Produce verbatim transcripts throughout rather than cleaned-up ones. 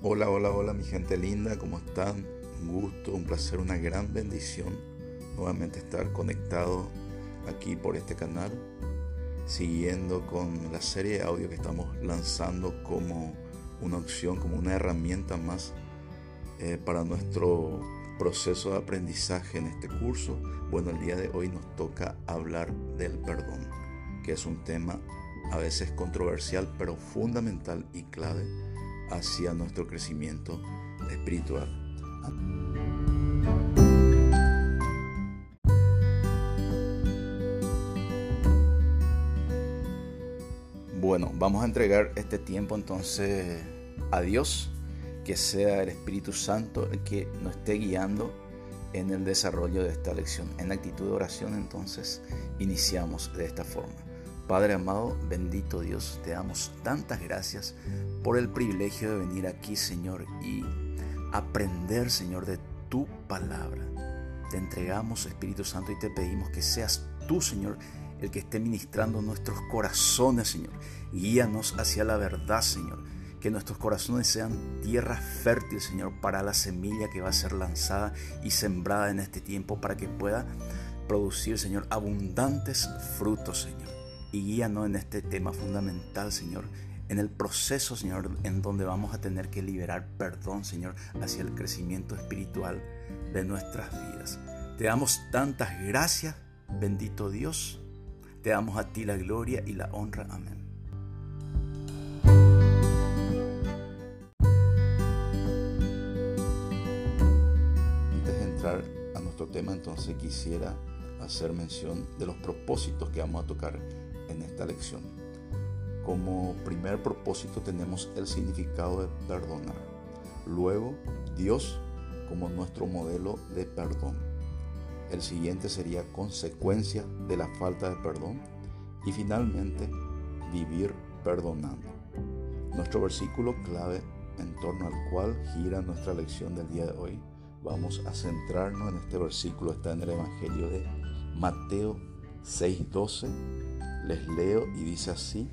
Hola, hola, hola mi gente linda, ¿cómo están? Un gusto, un placer, una gran bendición nuevamente estar conectado aquí por este canal, siguiendo con la serie de audio que estamos lanzando como una opción, como una herramienta más eh, para nuestro proceso de aprendizaje en este curso. Bueno, el día de hoy nos toca hablar del perdón, que es un tema a veces controversial, pero fundamental y clave hacia nuestro crecimiento espiritual. Bueno, vamos a entregar este tiempo entonces a Dios, que sea el Espíritu Santo el que nos esté guiando en el desarrollo de esta lección. En actitud de oración entonces iniciamos de esta forma. Padre amado, bendito Dios, te damos tantas gracias por el privilegio de venir aquí, Señor, y aprender, Señor, de tu palabra. Te entregamos, Espíritu Santo, y te pedimos que seas tú, Señor, el que esté ministrando nuestros corazones, Señor. Guíanos hacia la verdad, Señor. Que nuestros corazones sean tierra fértil, Señor, para la semilla que va a ser lanzada y sembrada en este tiempo, para que pueda producir, Señor, abundantes frutos, Señor. Y guíanos en este tema fundamental, Señor, en el proceso, Señor, en donde vamos a tener que liberar perdón, Señor, hacia el crecimiento espiritual de nuestras vidas. Te damos tantas gracias, bendito Dios. Te damos a ti la gloria y la honra. Amén. Antes de entrar a nuestro tema, entonces quisiera hacer mención de los propósitos que vamos a tocar en esta lección. Como primer propósito tenemos el significado de perdonar. Luego, Dios como nuestro modelo de perdón. El siguiente sería consecuencia de la falta de perdón. Y finalmente, vivir perdonando. Nuestro versículo clave en torno al cual gira nuestra lección del día de hoy. Vamos a centrarnos en este versículo, está en el Evangelio de Mateo seis doce. Les leo y dice así: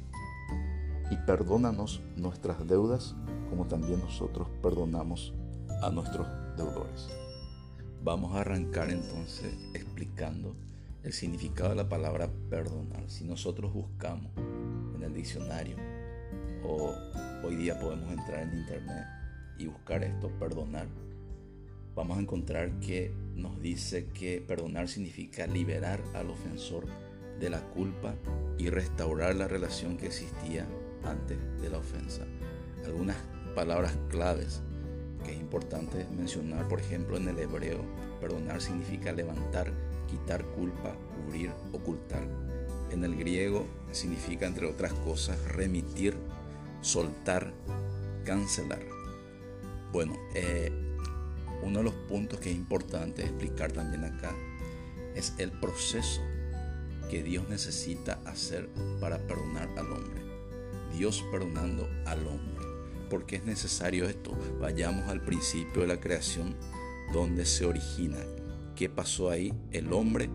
y perdónanos nuestras deudas, como también nosotros perdonamos a nuestros deudores. Vamos a arrancar entonces explicando el significado de la palabra perdonar. Si nosotros buscamos en el diccionario, o hoy día podemos entrar en internet y buscar esto, perdonar, vamos a encontrar que nos dice que perdonar significa liberar al ofensor de la culpa y restaurar la relación que existía antes de la ofensa. Algunas palabras claves que es importante mencionar, por ejemplo, en el hebreo, perdonar significa levantar, quitar culpa, cubrir, ocultar. En el griego significa, entre otras cosas, remitir, soltar, cancelar. Bueno, eh, uno de los puntos que es importante explicar también acá es el proceso que Dios necesita hacer para perdonar al hombre. Dios perdonando al hombre. ¿Por qué es necesario esto? Vayamos al principio de la creación, donde se origina. ¿Qué pasó ahí? El hombre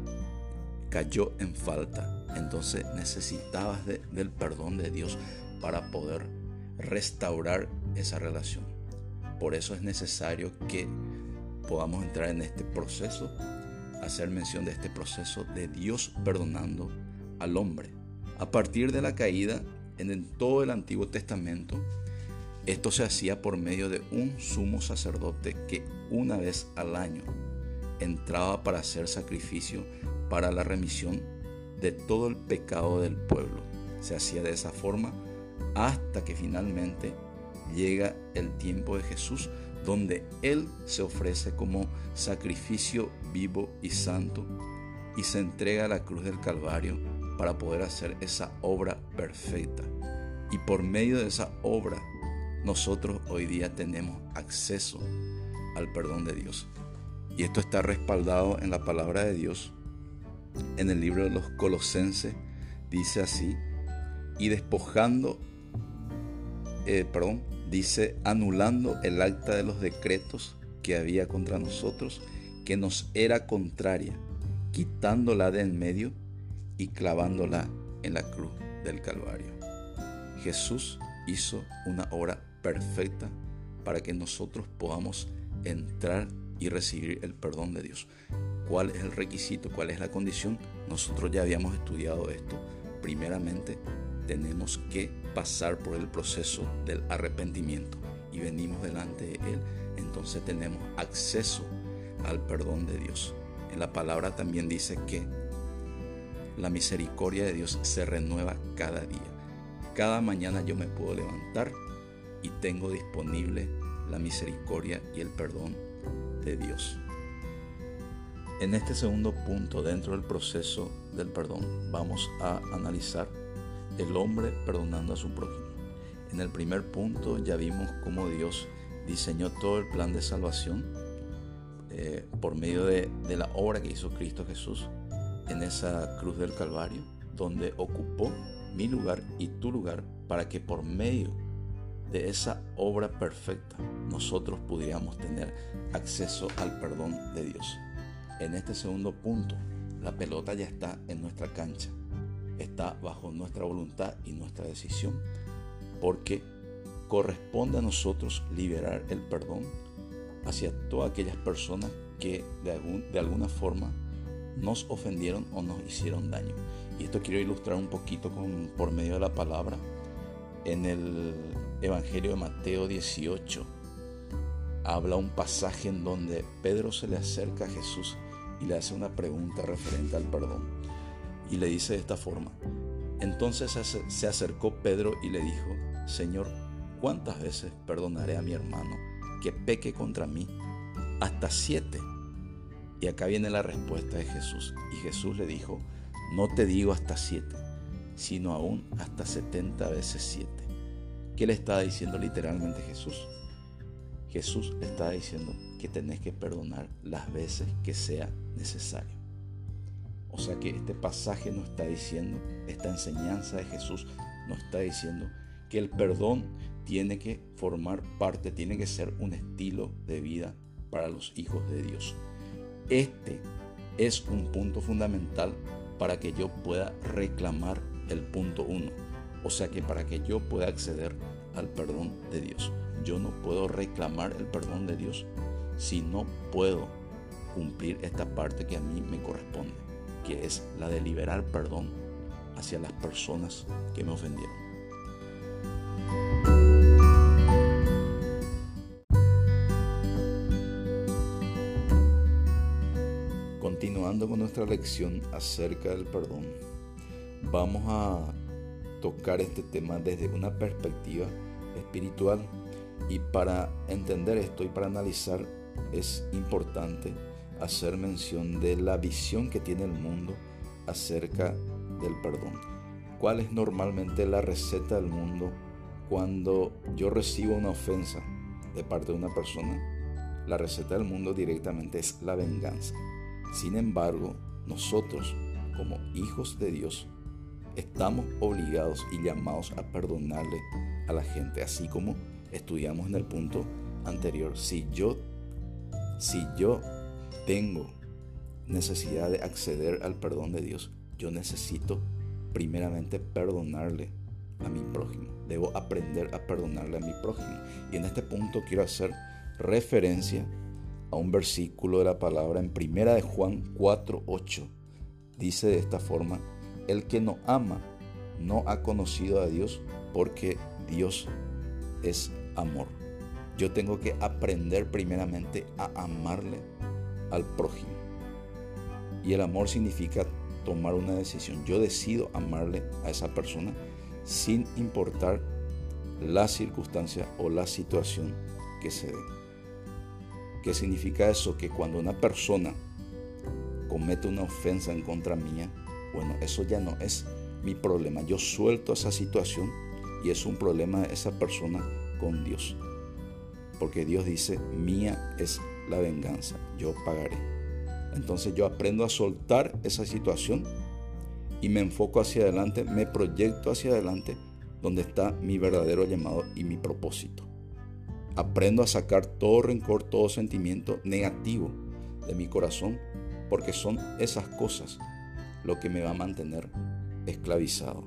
cayó en falta. Entonces necesitabas de, del perdón de Dios para poder restaurar esa relación. Por eso es necesario que podamos entrar en este proceso, hacer mención de este proceso de Dios perdonando al hombre. A partir de la caída, en el, todo el Antiguo Testamento, esto se hacía por medio de un sumo sacerdote que una vez al año entraba para hacer sacrificio para la remisión de todo el pecado del pueblo. Se hacía de esa forma hasta que finalmente llega el tiempo de Jesús, donde Él se ofrece como sacrificio vivo y santo y se entrega a la cruz del Calvario para poder hacer esa obra perfecta. Y por medio de esa obra, nosotros hoy día tenemos acceso al perdón de Dios. Y esto está respaldado en la palabra de Dios. En el libro de los Colosenses dice así: y despojando, eh, perdón, dice, anulando el acta de los decretos que había contra nosotros, que nos era contraria, quitándola de en medio y clavándola en la cruz del Calvario. Jesús hizo una obra perfecta para que nosotros podamos entrar y recibir el perdón de Dios. ¿Cuál es el requisito? ¿Cuál es la condición? Nosotros ya habíamos estudiado esto. Primeramente, tenemos que pasar por el proceso del arrepentimiento y venimos delante de Él. Entonces tenemos acceso al perdón de Dios. En la palabra también dice que la misericordia de Dios se renueva cada día. Cada mañana yo me puedo levantar y tengo disponible la misericordia y el perdón de Dios. En este segundo punto, dentro del proceso del perdón, vamos a analizar el hombre perdonando a su prójimo. En el primer punto ya vimos cómo Dios diseñó todo el plan de salvación eh, por medio de, de la obra que hizo Cristo Jesús en esa cruz del Calvario, donde ocupó mi lugar y tu lugar para que por medio de esa obra perfecta nosotros pudiéramos tener acceso al perdón de Dios. En este segundo punto, la pelota ya está en nuestra cancha, está bajo nuestra voluntad y nuestra decisión, porque corresponde a nosotros liberar el perdón hacia todas aquellas personas que de, algún, de alguna forma nos ofendieron o nos hicieron daño. Y esto quiero ilustrar un poquito con, por medio de la palabra. En el Evangelio de Mateo dieciocho habla un pasaje en donde Pedro se le acerca a Jesús y le hace una pregunta referente al perdón. Y le dice de esta forma: entonces se acercó Pedro y le dijo: Señor, ¿cuántas veces perdonaré a mi hermano que peque contra mí? Hasta siete. Y acá viene la respuesta de Jesús. Y Jesús le dijo: no te digo hasta siete, sino aún hasta setenta veces siete. ¿Qué le estaba diciendo literalmente Jesús? Jesús le estaba diciendo que tenés que perdonar las veces que sea necesario. O sea que este pasaje nos está diciendo, esta enseñanza de Jesús nos está diciendo que el perdón tiene que formar parte, tiene que ser un estilo de vida para los hijos de Dios. Este es un punto fundamental para que yo pueda reclamar el punto uno. O sea que para que yo pueda acceder al perdón de Dios, yo no puedo reclamar el perdón de Dios si no puedo cumplir esta parte que a mí me corresponde, que es la de liberar perdón hacia las personas que me ofendieron. Continuando con nuestra lección acerca del perdón, vamos a tocar este tema desde una perspectiva espiritual. Y para entender esto y para analizar es importante hacer mención de la visión que tiene el mundo acerca del perdón. ¿Cuál es normalmente la receta del mundo cuando yo recibo una ofensa de parte de una persona? La receta del mundo directamente es la venganza. Sin embargo, nosotros, como hijos de Dios, estamos obligados y llamados a perdonarle a la gente, así como estudiamos en el punto anterior. Si yo, si yo tengo necesidad de acceder al perdón de Dios, yo necesito primeramente perdonarle a mi prójimo. Debo aprender a perdonarle a mi prójimo. Y en este punto quiero hacer referencia a un versículo de la palabra en primera de Juan cuatro ocho. Dice de esta forma: el que no ama no ha conocido a Dios, porque Dios es amor. Yo tengo que aprender primeramente a amarle al prójimo. Y el amor significa tomar una decisión. Yo decido amarle a esa persona sin importar la circunstancia o la situación que se dé. ¿Qué significa eso? Que cuando una persona comete una ofensa en contra mía, bueno, eso ya no es mi problema. Yo suelto esa situación y es un problema de esa persona con Dios. Porque Dios dice: mía es la venganza, yo pagaré. Entonces yo aprendo a soltar esa situación y me enfoco hacia adelante, me proyecto hacia adelante donde está mi verdadero llamado y mi propósito. Aprendo a sacar todo rencor, todo sentimiento negativo de mi corazón, porque son esas cosas lo que me va a mantener esclavizado.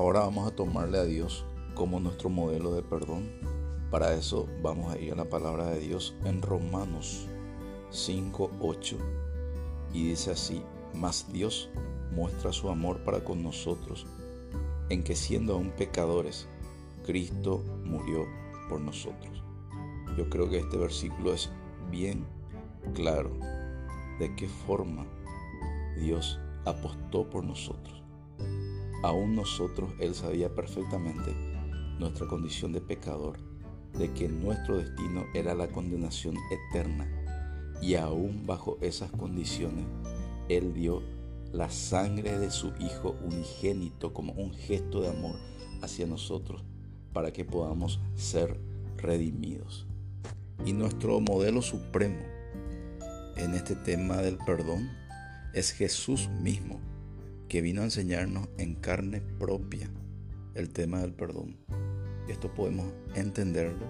Ahora vamos a tomarle a Dios como nuestro modelo de perdón. Para eso vamos a ir a la palabra de Dios en Romanos cinco ocho, y dice así: mas Dios muestra su amor para con nosotros, en que siendo aún pecadores, Cristo murió por nosotros. Yo creo que este versículo es bien claro de qué forma Dios apostó por nosotros. Aún nosotros, Él sabía perfectamente nuestra condición de pecador, de que nuestro destino era la condenación eterna, y aún bajo esas condiciones Él dio la sangre de su Hijo unigénito como un gesto de amor hacia nosotros, para que podamos ser redimidos. Y nuestro modelo supremo en este tema del perdón es Jesús mismo, que vino a enseñarnos en carne propia el tema del perdón. Esto podemos entenderlo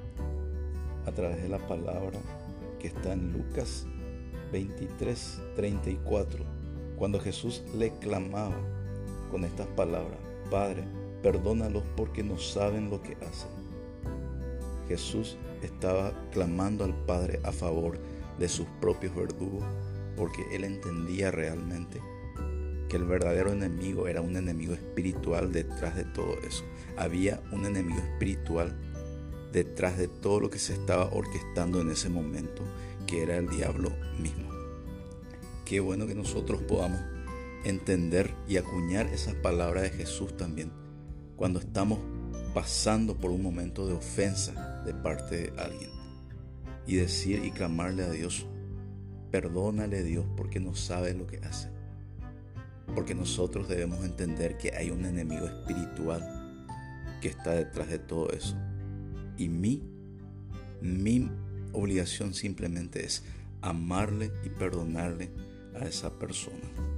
a través de la palabra que está en Lucas veintitrés treinta y cuatro, cuando Jesús le clamaba con estas palabras: Padre, perdónalos porque no saben lo que hacen. Jesús estaba clamando al Padre a favor de sus propios verdugos, porque Él entendía realmente que el verdadero enemigo era un enemigo espiritual detrás de todo eso. Había un enemigo espiritual detrás de todo lo que se estaba orquestando en ese momento, que era el diablo mismo. Qué bueno que nosotros podamos entender y acuñar esas palabras de Jesús también cuando estamos pasando por un momento de ofensa de parte de alguien, y decir y clamarle a Dios: perdónale, Dios, porque no sabe lo que hace. Porque nosotros debemos entender que hay un enemigo espiritual que está detrás de todo eso. Y mi, mi obligación simplemente es amarle y perdonarle a esa persona.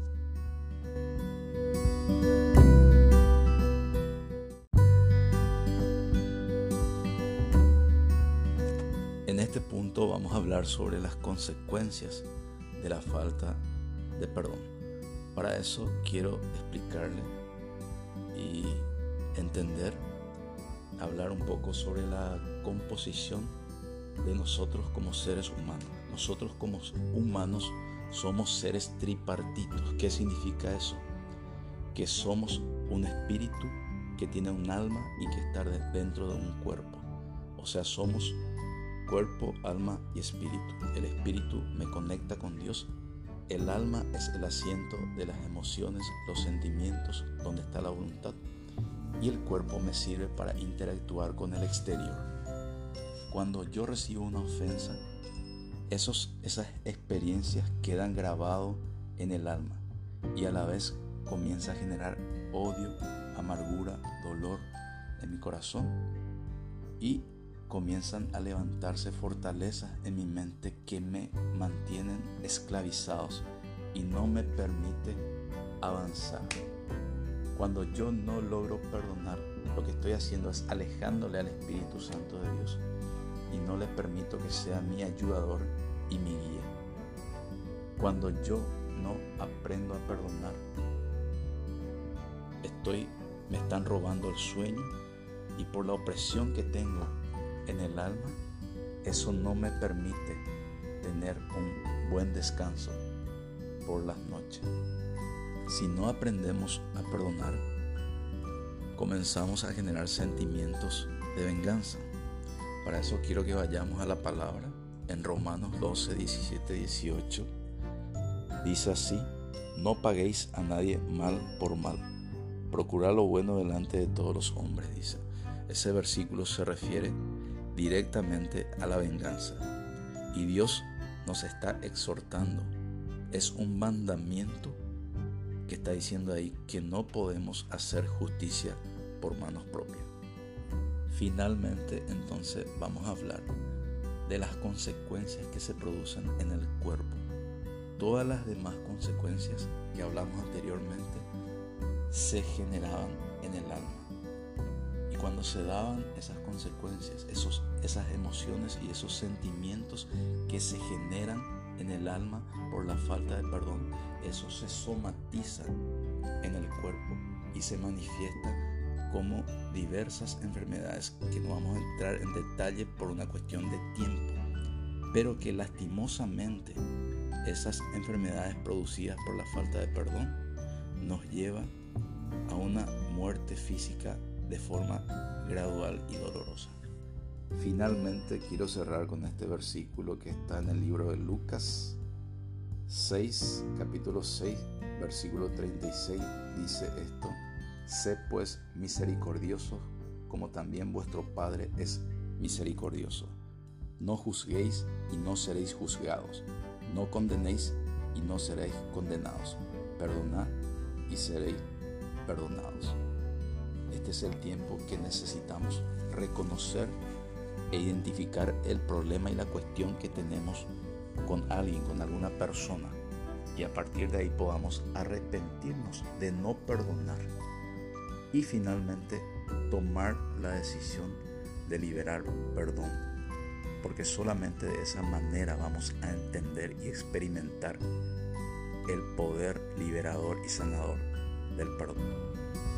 En este punto vamos a hablar sobre las consecuencias de la falta de perdón. Para eso quiero explicarle y entender, hablar un poco sobre la composición de nosotros como seres humanos. Nosotros como humanos somos seres tripartitos. ¿Qué significa eso? Que somos un espíritu que tiene un alma y que está dentro de un cuerpo. O sea, somos cuerpo, alma y espíritu. El espíritu me conecta con Dios. El alma es el asiento de las emociones, los sentimientos, donde está la voluntad. Y el cuerpo me sirve para interactuar con el exterior. Cuando yo recibo una ofensa, esos, esas experiencias quedan grabadas en el alma, y a la vez comienza a generar odio, amargura, dolor en mi corazón, y comienzan a levantarse fortalezas en mi mente que me mantienen esclavizados y no me permiten avanzar. Cuando yo no logro perdonar, lo que estoy haciendo es alejándole al Espíritu Santo de Dios y no le permito que sea mi ayudador y mi guía. Cuando yo no aprendo a perdonar, estoy, me están robando el sueño, y por la opresión que tengo en el alma, eso no me permite tener un buen descanso por las noches. Si no aprendemos a perdonar, comenzamos a generar sentimientos de venganza. Para eso quiero que vayamos a la palabra en Romanos doce, diecisiete, dieciocho. Dice así: no paguéis a nadie mal por mal, procurad lo bueno delante de todos los hombres, dice. Ese versículo se refiere directamente a la venganza, y Dios nos está exhortando. Es un mandamiento que está diciendo ahí que no podemos hacer justicia por manos propias. Finalmente, entonces, vamos a hablar de las consecuencias que se producen en el cuerpo. Todas las demás consecuencias que hablamos anteriormente se generaban en el alma. Y cuando se daban esas consecuencias, esos, esas emociones y esos sentimientos que se generan en el alma por la falta de perdón, eso se somatiza en el cuerpo y se manifiesta como diversas enfermedades que no vamos a entrar en detalle por una cuestión de tiempo, pero que lastimosamente esas enfermedades producidas por la falta de perdón nos llevan a una muerte física de forma gradual y dolorosa. Finalmente quiero cerrar con este versículo que está en el libro de Lucas seis, capítulo seis, versículo treinta y seis, dice esto: Sed pues misericordiosos, como también vuestro Padre es misericordioso. No juzguéis y no seréis juzgados. No condenéis y no seréis condenados. Perdonad y seréis perdonados. Este es el tiempo que necesitamos reconocer e identificar el problema y la cuestión que tenemos con alguien, con alguna persona, y a partir de ahí podamos arrepentirnos de no perdonar y finalmente tomar la decisión de liberar perdón, porque solamente de esa manera vamos a entender y experimentar el poder liberador y sanador del perdón.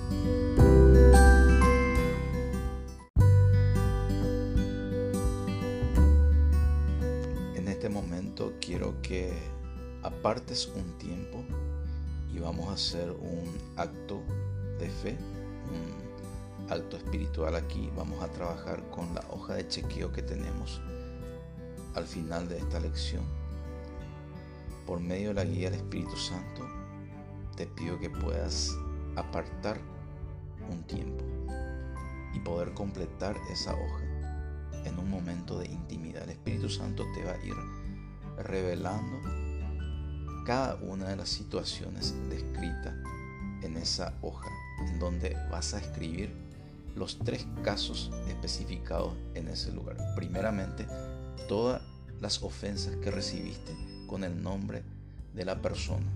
En este momento quiero que apartes un tiempo y vamos a hacer un acto de fe, un acto espiritual aquí. Vamos a trabajar con la hoja de chequeo que tenemos al final de esta lección. Por medio de la guía del Espíritu Santo, te pido que puedas apartar un tiempo y poder completar esa hoja en un momento de intimidad. El Espíritu Santo te va a ir revelando cada una de las situaciones descritas en esa hoja, en donde vas a escribir los tres casos especificados en ese lugar. Primeramente, todas las ofensas que recibiste con el nombre de la persona.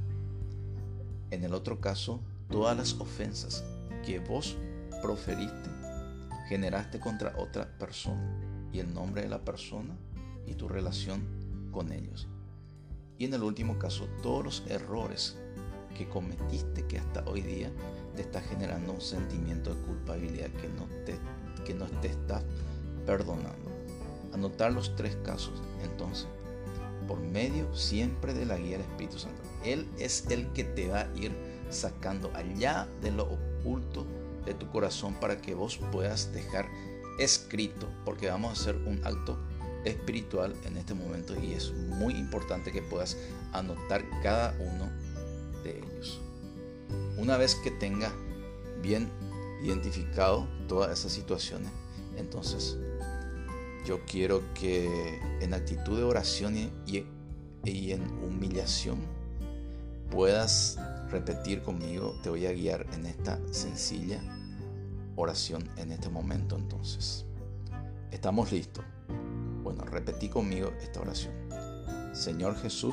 En el otro caso, todas las ofensas que vos proferiste, generaste contra otra persona y el nombre de la persona y tu relación con ellos. Y en el último caso, todos los errores que cometiste que hasta hoy día te está generando un sentimiento de culpabilidad que no te, que no te está perdonando. Anotar los tres casos, entonces, por medio siempre de la guía del Espíritu Santo. Él es el que te va a ir sacando allá de lo oculto de tu corazón para que vos puedas dejar escrito, porque vamos a hacer un acto espiritual en este momento y es muy importante que puedas anotar cada uno de ellos. Una vez que tengas bien identificado todas esas situaciones, entonces yo quiero que en actitud de oración y, y, y en humillación puedas repetir conmigo. Te voy a guiar en esta sencilla oración en este momento. Entonces, ¿estamos listos? Bueno, repetí conmigo esta oración. Señor Jesús,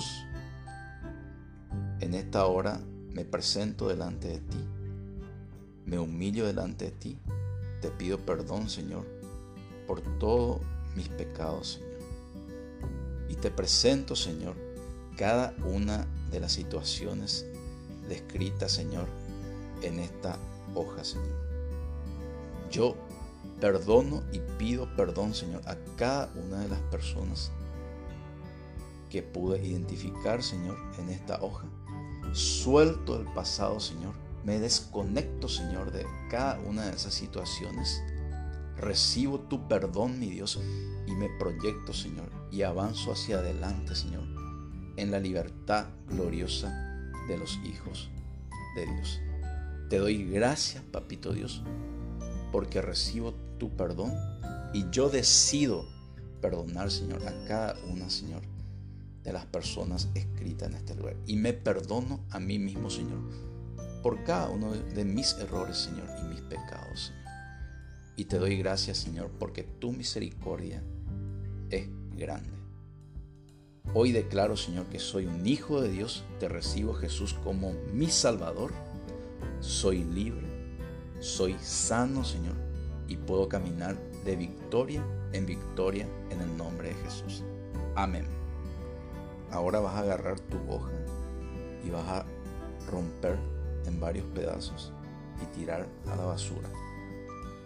en esta hora me presento delante de ti, me humillo delante de ti, te pido perdón, Señor, por todos mis pecados, Señor. Y te presento, Señor, cada una de las situaciones descritas, Señor, en esta hoja, Señor. Yo perdono y pido perdón, Señor, a cada una de las personas que pude identificar, Señor, en esta hoja. Suelto el pasado, Señor. Me desconecto, Señor, de cada una de esas situaciones. Recibo tu perdón, mi Dios, y me proyecto, Señor, y avanzo hacia adelante, Señor, en la libertad gloriosa de los hijos de Dios. Te doy gracias, Papito Dios, porque recibo tu perdón y yo decido perdonar, Señor, a cada una, Señor, de las personas escritas en este lugar. Y me perdono a mí mismo, Señor, por cada uno de mis errores, Señor, y mis pecados, Señor. Y te doy gracias, Señor, porque tu misericordia es grande. Hoy declaro, Señor, que soy un hijo de Dios. Te recibo, Jesús, como mi Salvador. Soy libre, soy sano, Señor, y puedo caminar de victoria en victoria en el nombre de Jesús. Amén. Ahora vas a agarrar tu hoja y vas a romper en varios pedazos y tirar a la basura.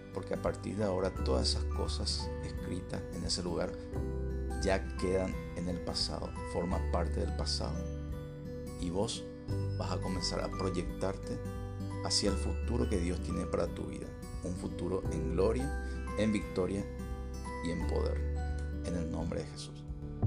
porque a partir de ahora todas esas cosas escritas en ese lugar ya quedan en el pasado, forma parte del pasado. Y vos vas a comenzar a proyectarte hacia el futuro que Dios tiene para tu vida. Un futuro en gloria, en victoria y en poder. En el nombre de Jesús.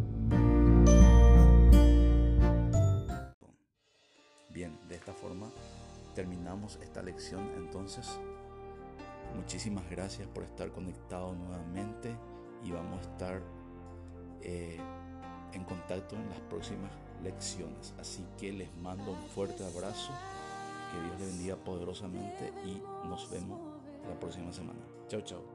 Bien, de esta forma terminamos esta lección. Entonces, muchísimas gracias por estar conectado nuevamente y vamos a estar eh, en contacto en las próximas lecciones. Así que les mando un fuerte abrazo, que Dios les bendiga poderosamente y nos vemos la próxima semana. Chao, chao.